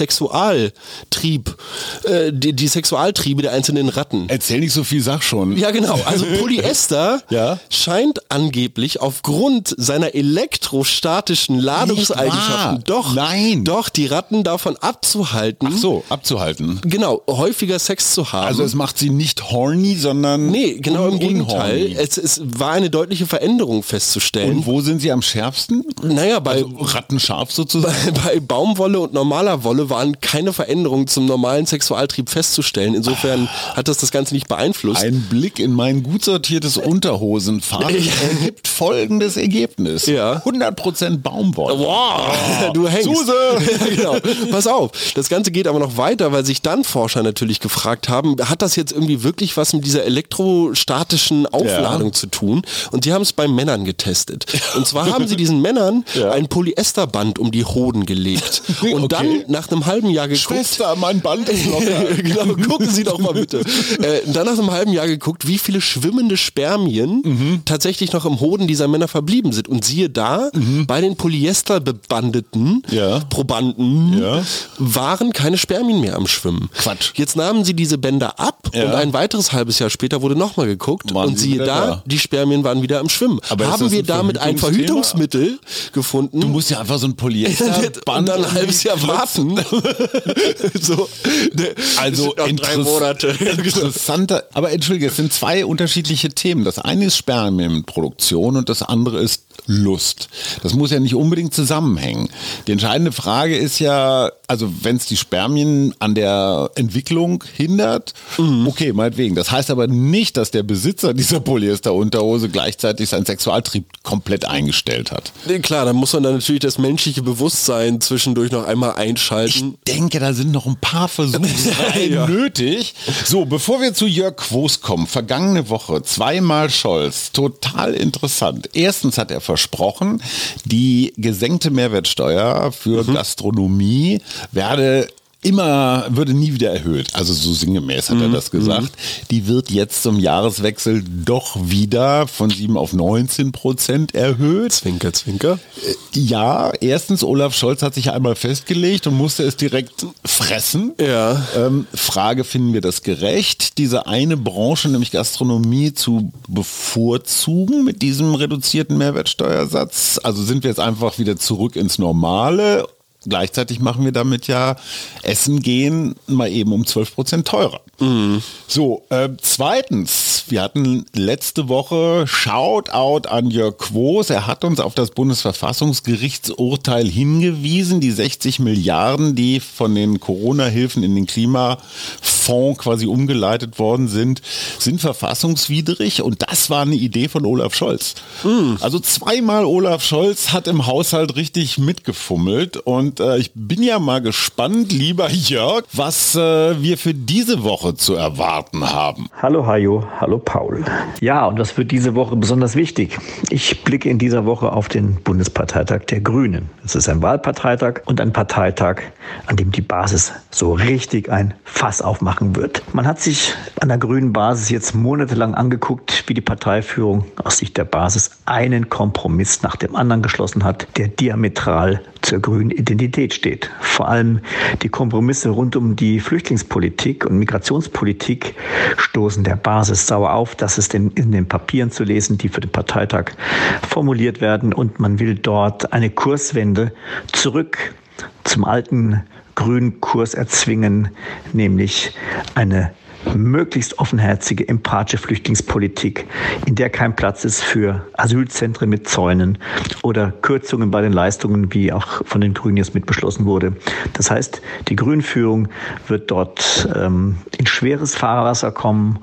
[SPEAKER 1] Sexualtriebe der einzelnen Ratten.
[SPEAKER 2] Erzähl nicht so viel, sag schon.
[SPEAKER 1] Ja, genau. Also Polyester scheint angeblich aufgrund seiner elektrostatischen Ladungseigenschaften doch die Ratten davon abzuhalten.
[SPEAKER 2] Ach so, abzuhalten.
[SPEAKER 1] Genau, häufiger Sex zu haben.
[SPEAKER 2] Also es macht sie nicht horny, sondern
[SPEAKER 1] nee, genau im Gegenteil. Es war eine deutliche Veränderung festzustellen.
[SPEAKER 2] Und wo sind sie am schärfsten?
[SPEAKER 1] Naja,
[SPEAKER 2] rattenscharf sozusagen.
[SPEAKER 1] Bei Baumwolle und normaler Wolle waren keine Veränderungen zum normalen Sexualtrieb festzustellen. Insofern hat das Ganze nicht beeinflusst.
[SPEAKER 2] Ein Blick in mein gut sortiertes Unterhosenfach ergibt folgendes Ergebnis. 100% Baumwolle.
[SPEAKER 1] Wow, du hängst.
[SPEAKER 2] Suse!
[SPEAKER 1] Ja, genau. Pass auf, das Ganze geht aber noch weiter, weil sich dann Forscher natürlich gefragt haben, hat das jetzt irgendwie wirklich was mit dieser elektrostatischen Aufladung zu tun? Und die haben es bei Männern getestet. Und zwar haben sie diesen Männern ein Polyesterband um die Hoden gelegt. Und dann nach einem halben Jahr geguckt...
[SPEAKER 2] Schwester, mein Band ist locker.
[SPEAKER 1] Genau, gucken Sie doch mal bitte. Dann nach einem halben Jahr geguckt, wie viele schwimmende Spermien tatsächlich noch im Hoden dieser Männer verblieben sind. Und siehe da, bei den Polyester-bebandeten Probanden waren keine Spermien mehr am Schwimmen.
[SPEAKER 2] Quatsch.
[SPEAKER 1] Jetzt nahmen sie diese Bänder ab und ein weiteres halbes Jahr später wurde nochmal geguckt und siehe da, die Spermien waren wieder am Schwimmen.
[SPEAKER 2] Aber
[SPEAKER 1] haben wir damit ein Verhütungsmittel gefunden?
[SPEAKER 2] Du musst ja einfach so ein Polyesterband
[SPEAKER 1] und dann ein halbes Jahr warten. So,
[SPEAKER 2] also
[SPEAKER 1] 3 Monate.
[SPEAKER 2] Interessanter, aber entschuldige, es sind zwei unterschiedliche Themen. Das eine ist Spermienproduktion und das andere ist Lust. Das muss ja nicht unbedingt zusammenhängen. Die entscheidende Frage ist ja, also wenn es die Spermien an der Entwicklung hindert, okay, meinetwegen. Das heißt aber nicht, dass der Besitzer dieser Polyesterunterhose gleichzeitig seinen Sexualtrieb komplett eingestellt hat.
[SPEAKER 1] Nee, klar, da muss man dann natürlich das menschliche Bewusstsein zwischendurch noch einmal einschalten.
[SPEAKER 2] Ich denke, da sind noch ein paar Versuchsreihen nötig. So, bevor wir zu Jörg Quos kommen, vergangene Woche, 2-mal Scholz, total interessant. Erstens hat er versprochen, die gesenkte Mehrwertsteuer für Gastronomie würde nie wieder erhöht. Also so sinngemäß hat er das gesagt. Die wird jetzt zum Jahreswechsel doch wieder von 7 auf 19% erhöht.
[SPEAKER 1] Zwinker, zwinker.
[SPEAKER 2] Ja, erstens, Olaf Scholz hat sich einmal festgelegt und musste es direkt fressen.
[SPEAKER 1] Ja.
[SPEAKER 2] Frage, finden wir das gerecht, diese eine Branche, nämlich Gastronomie, zu bevorzugen mit diesem reduzierten Mehrwertsteuersatz? Also sind wir jetzt einfach wieder zurück ins Normale? Gleichzeitig machen wir damit ja Essen gehen mal eben um 12% teurer. So, zweitens, wir hatten letzte Woche Shoutout an Jörg Quos. Er hat uns auf das Bundesverfassungsgerichtsurteil hingewiesen. Die 60 Milliarden, die von den Corona-Hilfen in den Klimafonds quasi umgeleitet worden sind verfassungswidrig. Und das war eine Idee von Olaf Scholz. Also 2-mal Olaf Scholz hat im Haushalt richtig mitgefummelt. Und ich bin ja mal gespannt, lieber Jörg, was wir für diese Woche zu erwarten haben.
[SPEAKER 3] Hallo Hajo, hallo Paul. Ja, und das wird diese Woche besonders wichtig. Ich blicke in dieser Woche auf den Bundesparteitag der Grünen. Es ist ein Wahlparteitag und ein Parteitag, an dem die Basis so richtig ein Fass aufmachen wird. Man hat sich an der grünen Basis jetzt monatelang angeguckt, wie die Parteiführung aus Sicht der Basis einen Kompromiss nach dem anderen geschlossen hat, der diametral zur grünen Identität steht. Vor allem die Kompromisse rund um die Flüchtlingspolitik und Migrationspolitik stoßen der Basis sauer auf. Das ist in den Papieren zu lesen, die für den Parteitag formuliert werden. Und man will dort eine Kurswende zurück zum alten grünen Kurs erzwingen, nämlich eine möglichst offenherzige, empathische Flüchtlingspolitik, in der kein Platz ist für Asylzentren mit Zäunen oder Kürzungen bei den Leistungen, wie auch von den Grünen jetzt mit beschlossen wurde. Das heißt, die Grünführung wird dort in schweres Fahrwasser kommen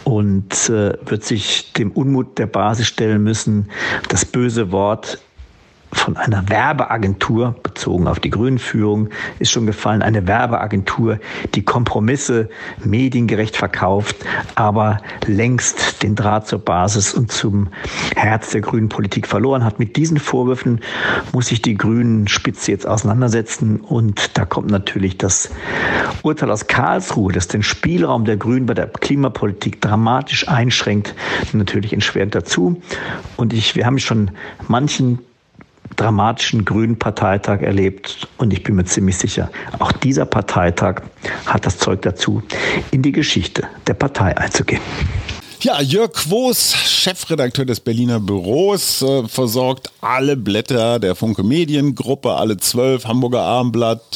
[SPEAKER 3] und wird sich dem Unmut der Basis stellen müssen. Das böse Wort von einer Werbeagentur, bezogen auf die Grünen-Führung, ist schon gefallen, eine Werbeagentur, die Kompromisse mediengerecht verkauft, aber längst den Draht zur Basis und zum Herz der grünen Politik verloren hat. Mit diesen Vorwürfen muss sich die Grünen-Spitze jetzt auseinandersetzen und da kommt natürlich das Urteil aus Karlsruhe, das den Spielraum der Grünen bei der Klimapolitik dramatisch einschränkt, natürlich entschwerend dazu. Und wir haben schon manchen dramatischen grünen Parteitag erlebt und ich bin mir ziemlich sicher, auch dieser Parteitag hat das Zeug dazu, in die Geschichte der Partei einzugehen.
[SPEAKER 2] Ja, Jörg Quos, Chefredakteur des Berliner Büros, versorgt alle Blätter der Funke Mediengruppe, alle 12, Hamburger Abendblatt,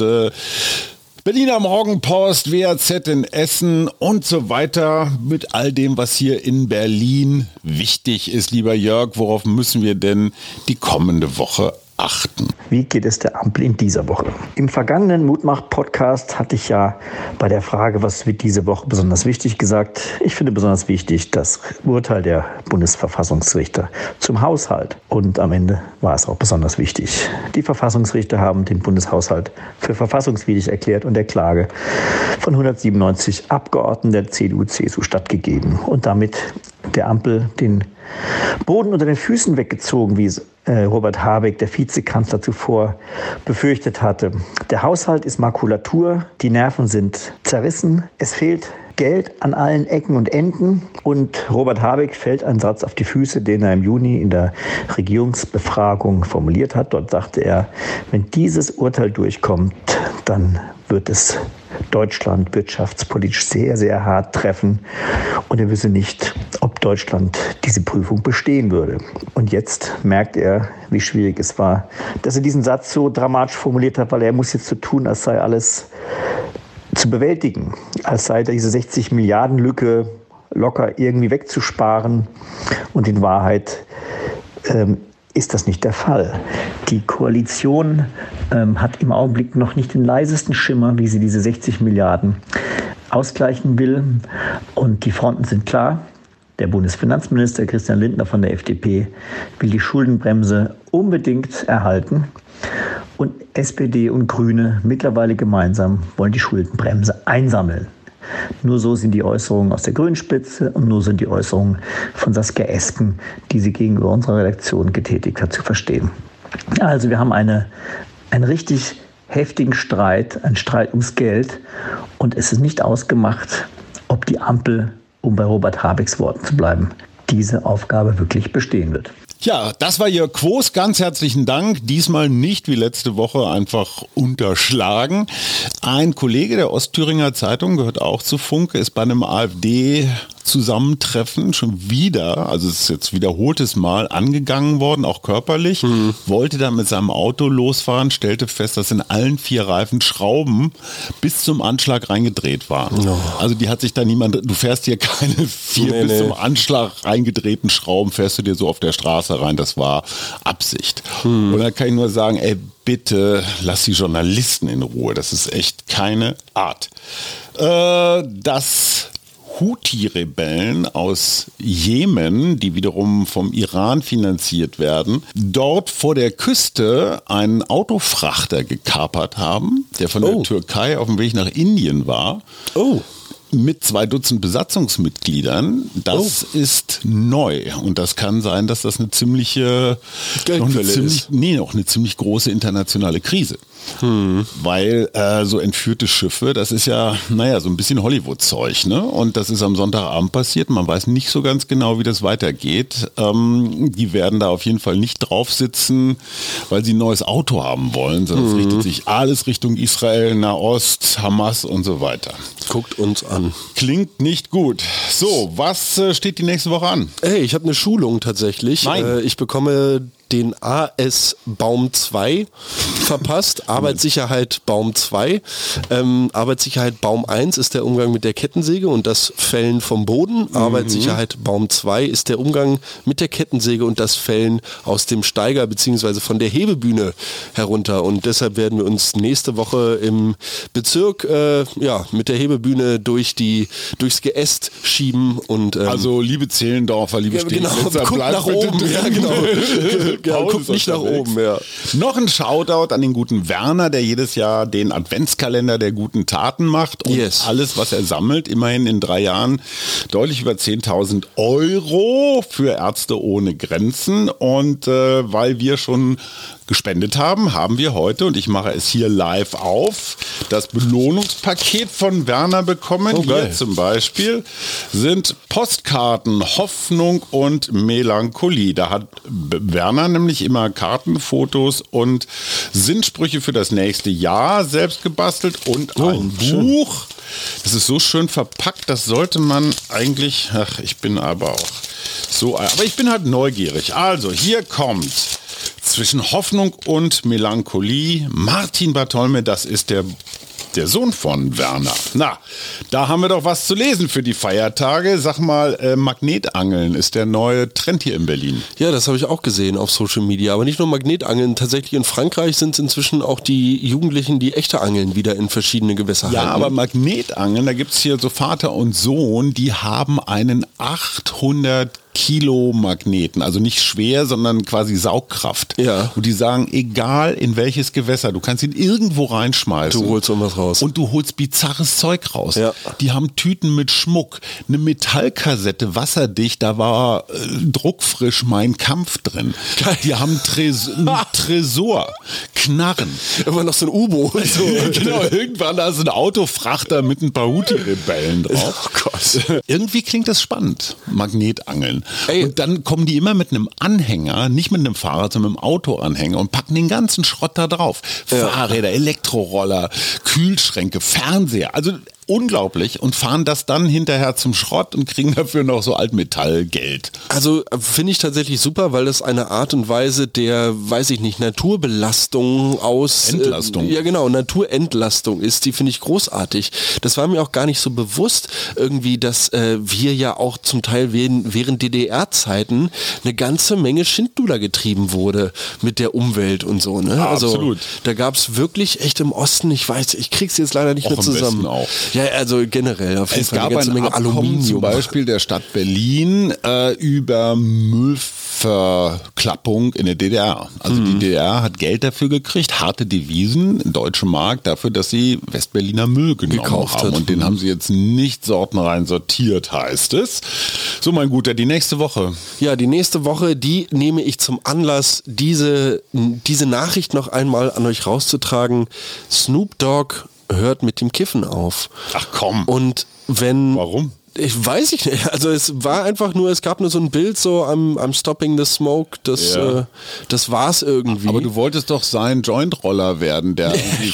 [SPEAKER 2] Berliner Morgenpost, WAZ in Essen und so weiter mit all dem, was hier in Berlin wichtig ist. Lieber Jörg, worauf müssen wir denn die kommende Woche achten?
[SPEAKER 3] Wie geht es der Ampel in dieser Woche? Im vergangenen Mutmach-Podcast hatte ich ja bei der Frage, was wird diese Woche besonders wichtig, gesagt, ich finde besonders wichtig das Urteil der Bundesverfassungsrichter zum Haushalt. Und am Ende war es auch besonders wichtig. Die Verfassungsrichter haben den Bundeshaushalt für verfassungswidrig erklärt und der Klage von 197 Abgeordneten der CDU-CSU stattgegeben und damit der Ampel den Boden unter den Füßen weggezogen, wie es Robert Habeck, der Vizekanzler, zuvor befürchtet hatte. Der Haushalt ist Makulatur, die Nerven sind zerrissen, es fehlt Geld an allen Ecken und Enden und Robert Habeck fällt ein Satz auf die Füße, den er im Juni in der Regierungsbefragung formuliert hat. Dort sagte er, wenn dieses Urteil durchkommt, dann wird es Deutschland wirtschaftspolitisch sehr, sehr hart treffen und er wisse nicht, ob Deutschland diese Prüfung bestehen würde. Und jetzt merkt er, wie schwierig es war, dass er diesen Satz so dramatisch formuliert hat, weil er muss jetzt so tun, als sei alles zu bewältigen, als sei diese 60 Milliarden Lücke locker irgendwie wegzusparen und in Wahrheit ist das nicht der Fall. Die Koalition hat im Augenblick noch nicht den leisesten Schimmer, wie sie diese 60 Milliarden ausgleichen will. Und die Fronten sind klar. Der Bundesfinanzminister Christian Lindner von der FDP will die Schuldenbremse unbedingt erhalten. Und SPD und Grüne mittlerweile gemeinsam wollen die Schuldenbremse einsammeln. Nur so sind die Äußerungen aus der Grünspitze und nur sind die Äußerungen von Saskia Esken, die sie gegenüber unserer Redaktion getätigt hat, zu verstehen. Also wir haben einen richtig heftigen Streit, einen Streit ums Geld und es ist nicht ausgemacht, ob die Ampel, um bei Robert Habecks Worten zu bleiben, diese Aufgabe wirklich bestehen wird.
[SPEAKER 2] Ja, das war Jörg Quos. Ganz herzlichen Dank. Diesmal nicht wie letzte Woche einfach unterschlagen. Ein Kollege der Ostthüringer Zeitung, gehört auch zu Funke, ist bei einem AfD-Zusammentreffen schon wieder, also es ist jetzt wiederholtes Mal, angegangen worden, auch körperlich, wollte dann mit seinem Auto losfahren, stellte fest, dass in allen 4 Reifen Schrauben bis zum Anschlag reingedreht waren. No. Also die hat sich da niemand, du fährst hier keine 4 bis zum Anschlag reingedrehten Schrauben, fährst du dir so auf der Straße rein, das war Absicht. Und da kann ich nur sagen, ey, bitte lass die Journalisten in Ruhe, das ist echt keine Art. Das Houthi-Rebellen aus Jemen, die wiederum vom Iran finanziert werden, dort vor der Küste einen Autofrachter gekapert haben, der von der Türkei auf dem Weg nach Indien war. Mit 2 Dutzend Besatzungsmitgliedern. Das ist neu. Und das kann sein, dass das eine ziemlich große internationale Krise. Weil so entführte Schiffe, das ist ja, so ein bisschen Hollywood-Zeug, ne? Und das ist am Sonntagabend passiert. Man weiß nicht so ganz genau, wie das weitergeht. Die werden da auf jeden Fall nicht drauf sitzen, weil sie ein neues Auto haben wollen, sondern es richtet sich alles Richtung Israel, Nahost, Hamas und so weiter.
[SPEAKER 1] Guckt uns an.
[SPEAKER 2] Klingt nicht gut. So, was steht die nächste Woche an?
[SPEAKER 1] Hey, ich habe eine Schulung tatsächlich. Ich bekomme den AS Baum 2 verpasst. Arbeitssicherheit Baum 2. Arbeitssicherheit Baum 1 ist der Umgang mit der Kettensäge und das Fällen vom Boden. Arbeitssicherheit Baum 2 ist der Umgang mit der Kettensäge und das Fällen aus dem Steiger bzw. von der Hebebühne herunter. Und deshalb werden wir uns nächste Woche im Bezirk mit der Hebebühne durchs Geäst schieben. Und,
[SPEAKER 2] also liebe Zehlendorfer, liebe
[SPEAKER 1] Steglitzer, guckt nach oben. Ja, genau. guckt nicht nach oben, ja.
[SPEAKER 2] Noch ein Shoutout an den guten Werner, der jedes Jahr den Adventskalender der guten Taten macht und alles, was er sammelt, immerhin in 3 Jahren deutlich über 10.000 € für Ärzte ohne Grenzen. Und weil wir schon gespendet haben wir heute, und ich mache es hier live auf, das Belohnungspaket von Werner bekommen. Hier zum Beispiel sind Postkarten Hoffnung und Melancholie. Da hat Werner nämlich immer Kartenfotos und Sinnsprüche für das nächste Jahr selbst gebastelt und ein Buch. Das ist so schön verpackt, das sollte man eigentlich, ich bin aber ich bin halt neugierig. Also hier kommt zwischen Hoffnung und Melancholie Martin Bartholme, das ist der Sohn von Werner. Na, da haben wir doch was zu lesen für die Feiertage. Sag mal, Magnetangeln ist der neue Trend hier in Berlin.
[SPEAKER 1] Ja, das habe ich auch gesehen auf Social Media. Aber nicht nur Magnetangeln. Tatsächlich in Frankreich sind es inzwischen auch die Jugendlichen, die echte Angeln wieder in verschiedene Gewässer halten.
[SPEAKER 2] Ja, aber Magnetangeln, da gibt es hier so Vater und Sohn, die haben einen 800 Kilo Magneten, also nicht schwer, sondern quasi Saugkraft.
[SPEAKER 1] Ja.
[SPEAKER 2] Und die sagen, egal in welches Gewässer, du kannst ihn irgendwo reinschmeißen.
[SPEAKER 1] Du holst irgendwas raus.
[SPEAKER 2] Und du holst bizarres Zeug raus.
[SPEAKER 1] Ja.
[SPEAKER 2] Die haben Tüten mit Schmuck, eine Metallkassette, wasserdicht, da war druckfrisch Mein Kampf drin.
[SPEAKER 1] Geil.
[SPEAKER 2] Die haben Tresor, Knarren.
[SPEAKER 1] Immer noch so ein U-Boot.
[SPEAKER 2] So. Genau, irgendwann da ist ein Autofrachter mit ein paar Houthi-Rebellen drauf.
[SPEAKER 1] Oh Gott.
[SPEAKER 2] Irgendwie klingt das spannend, Magnetangeln.
[SPEAKER 1] Ey.
[SPEAKER 2] Und dann kommen die immer mit einem Anhänger, nicht mit einem Fahrrad, sondern mit einem Autoanhänger und packen den ganzen Schrott da drauf. Ja. Fahrräder, Elektroroller, Kühlschränke, Fernseher, also unglaublich, und fahren das dann hinterher zum Schrott und kriegen dafür noch so Altmetallgeld.
[SPEAKER 1] Also finde ich tatsächlich super, weil das eine Art und Weise der, weiß ich nicht, Naturbelastung aus...
[SPEAKER 2] Entlastung.
[SPEAKER 1] Ja genau, Naturentlastung ist, die finde ich großartig. Das war mir auch gar nicht so bewusst irgendwie, dass wir ja auch zum Teil während DDR-Zeiten eine ganze Menge Schindluder getrieben wurde mit der Umwelt und so. Ne?
[SPEAKER 2] Ja,
[SPEAKER 1] also
[SPEAKER 2] absolut.
[SPEAKER 1] Da gab es wirklich echt im Osten, ich weiß, ich krieg's jetzt leider nicht
[SPEAKER 2] auch
[SPEAKER 1] mehr zusammen.
[SPEAKER 2] Im Westen auch.
[SPEAKER 1] Ja, also generell auf jeden Fall
[SPEAKER 2] gab
[SPEAKER 1] eine ganze Menge
[SPEAKER 2] Abkommen
[SPEAKER 1] Aluminium.
[SPEAKER 2] Zum Beispiel der Stadt Berlin über Müllverklappung in der DDR. Also die DDR hat Geld dafür gekriegt, harte Devisen, Deutsche Mark, dafür, dass sie Westberliner Müll gekauft haben. Und den haben sie jetzt nicht sortenrein sortiert, heißt es. So, mein Guter, die nächste Woche.
[SPEAKER 1] Ja, die nächste Woche, die nehme ich zum Anlass, diese Nachricht noch einmal an euch rauszutragen. Snoop Dogg hört mit dem Kiffen auf.
[SPEAKER 2] Ach komm.
[SPEAKER 1] Und wenn...
[SPEAKER 2] Warum?
[SPEAKER 1] Ich weiß nicht, also es gab nur so ein Bild so am Stopping the Smoke, das war's irgendwie.
[SPEAKER 2] Aber du wolltest doch sein Joint-Roller werden, der irgendwie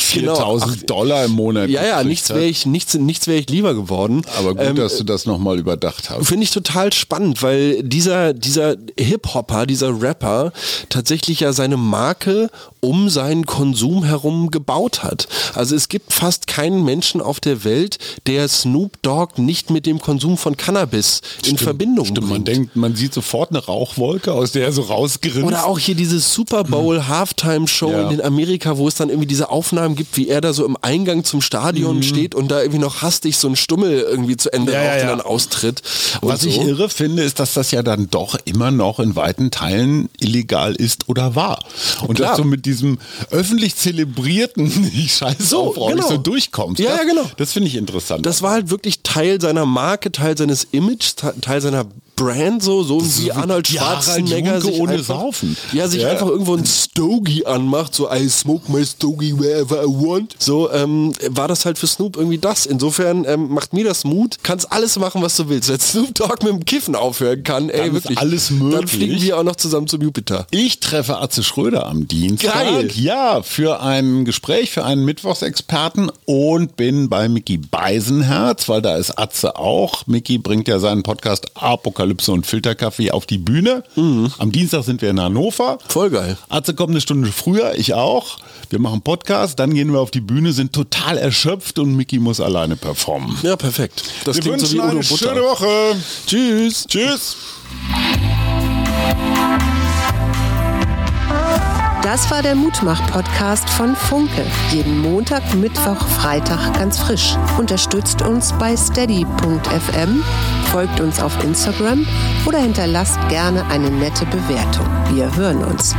[SPEAKER 2] $4.000 im Monat
[SPEAKER 1] Ja, nichts wäre ich lieber geworden.
[SPEAKER 2] Aber gut, dass du das nochmal überdacht hast.
[SPEAKER 1] Finde ich total spannend, weil dieser Hip-Hopper, dieser Rapper tatsächlich ja seine Marke um seinen Konsum herum gebaut hat. Also es gibt fast keinen Menschen auf der Welt, der Snoop Dogg nicht mit dem Konsum von Cannabis in Verbindung bringt.
[SPEAKER 2] Man sieht sofort eine Rauchwolke, aus der er so rausgerinst.
[SPEAKER 1] Oder auch hier diese Super Bowl Halftime-Show in Amerika, wo es dann irgendwie diese Aufnahmen gibt, wie er da so im Eingang zum Stadion steht und da irgendwie noch hastig so ein Stummel irgendwie zu Ende raucht und dann austritt.
[SPEAKER 2] Was ich irre finde, ist, dass das ja dann doch immer noch in weiten Teilen illegal ist oder war. Und dass du mit diesem öffentlich zelebrierten so durchkommst.
[SPEAKER 1] Ja, genau.
[SPEAKER 2] Das finde ich interessant.
[SPEAKER 1] Das war halt wirklich Teil seiner Marke, Teil seines Images, Teil seiner Brand, so wie Arnold Schwarzenegger sich
[SPEAKER 2] ohne
[SPEAKER 1] einfach,
[SPEAKER 2] Saufen.
[SPEAKER 1] Ja, sich einfach irgendwo ein Stogie anmacht, so I smoke my Stogie wherever I want. So war das halt für Snoop irgendwie das. Insofern macht mir das Mut, kannst alles machen, was du willst. Wenn Snoop Dogg mit dem Kiffen aufhören kann, ey, wirklich.
[SPEAKER 2] Alles möglich.
[SPEAKER 1] Dann fliegen wir auch noch zusammen zum Jupiter.
[SPEAKER 2] Ich treffe Atze Schröder am Dienstag.
[SPEAKER 1] Geil.
[SPEAKER 2] Ja, für ein Gespräch, für einen Mittwochsexperten, und bin bei Micky Beisenherz, weil da ist Atze auch. Micky bringt ja seinen Podcast Apokalypse und Filterkaffee auf die Bühne. Am Dienstag sind wir in Hannover.
[SPEAKER 1] Voll geil.
[SPEAKER 2] Atze kommt eine Stunde früher, ich auch. Wir machen Podcast, dann gehen wir auf die Bühne, sind total erschöpft und Micky muss alleine performen.
[SPEAKER 1] Ja, perfekt. Das
[SPEAKER 2] wir
[SPEAKER 1] klingt so wie Udo
[SPEAKER 2] eine
[SPEAKER 1] Butter.
[SPEAKER 2] Schöne Woche.
[SPEAKER 1] Tschüss.
[SPEAKER 2] Tschüss.
[SPEAKER 4] Das war der Mutmach-Podcast von Funke. Jeden Montag, Mittwoch, Freitag ganz frisch. Unterstützt uns bei steady.fm folgt uns auf Instagram oder hinterlasst gerne eine nette Bewertung. Wir hören uns.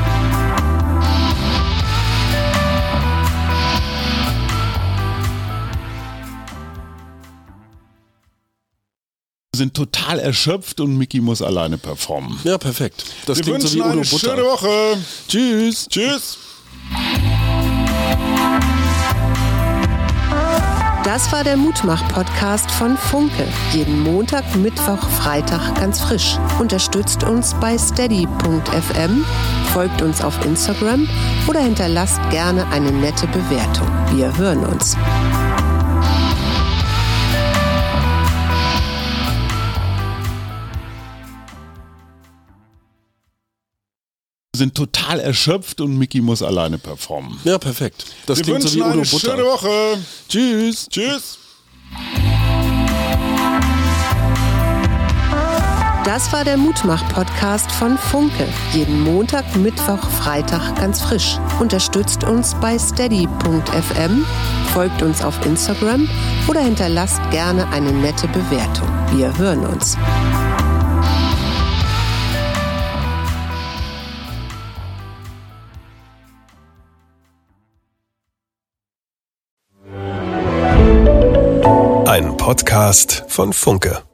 [SPEAKER 2] Sind total erschöpft und Micky muss alleine performen.
[SPEAKER 1] Ja, perfekt. Das
[SPEAKER 2] Wir
[SPEAKER 1] klingt so wie
[SPEAKER 2] wünschen
[SPEAKER 1] Udo
[SPEAKER 2] eine
[SPEAKER 1] Butter.
[SPEAKER 2] schöne Woche.
[SPEAKER 1] Tschüss.
[SPEAKER 2] Tschüss.
[SPEAKER 4] Das war der Mutmach-Podcast von Funke. Jeden Montag, Mittwoch, Freitag ganz frisch. Unterstützt uns bei steady.fm, folgt uns auf Instagram oder hinterlasst gerne eine nette Bewertung. Wir hören uns.
[SPEAKER 2] Sind total erschöpft und Micky muss alleine performen.
[SPEAKER 1] Ja, perfekt. Das
[SPEAKER 2] Wir
[SPEAKER 1] klingt so wie
[SPEAKER 2] wünschen
[SPEAKER 1] Udo
[SPEAKER 2] eine
[SPEAKER 1] Butter.
[SPEAKER 2] schöne Woche.
[SPEAKER 1] Tschüss.
[SPEAKER 2] Tschüss.
[SPEAKER 4] Das war der Mutmach-Podcast von Funke. Jeden Montag, Mittwoch, Freitag ganz frisch. Unterstützt uns bei steady.fm, folgt uns auf Instagram oder hinterlasst gerne eine nette Bewertung. Wir hören uns.
[SPEAKER 5] Ein Podcast von Funke.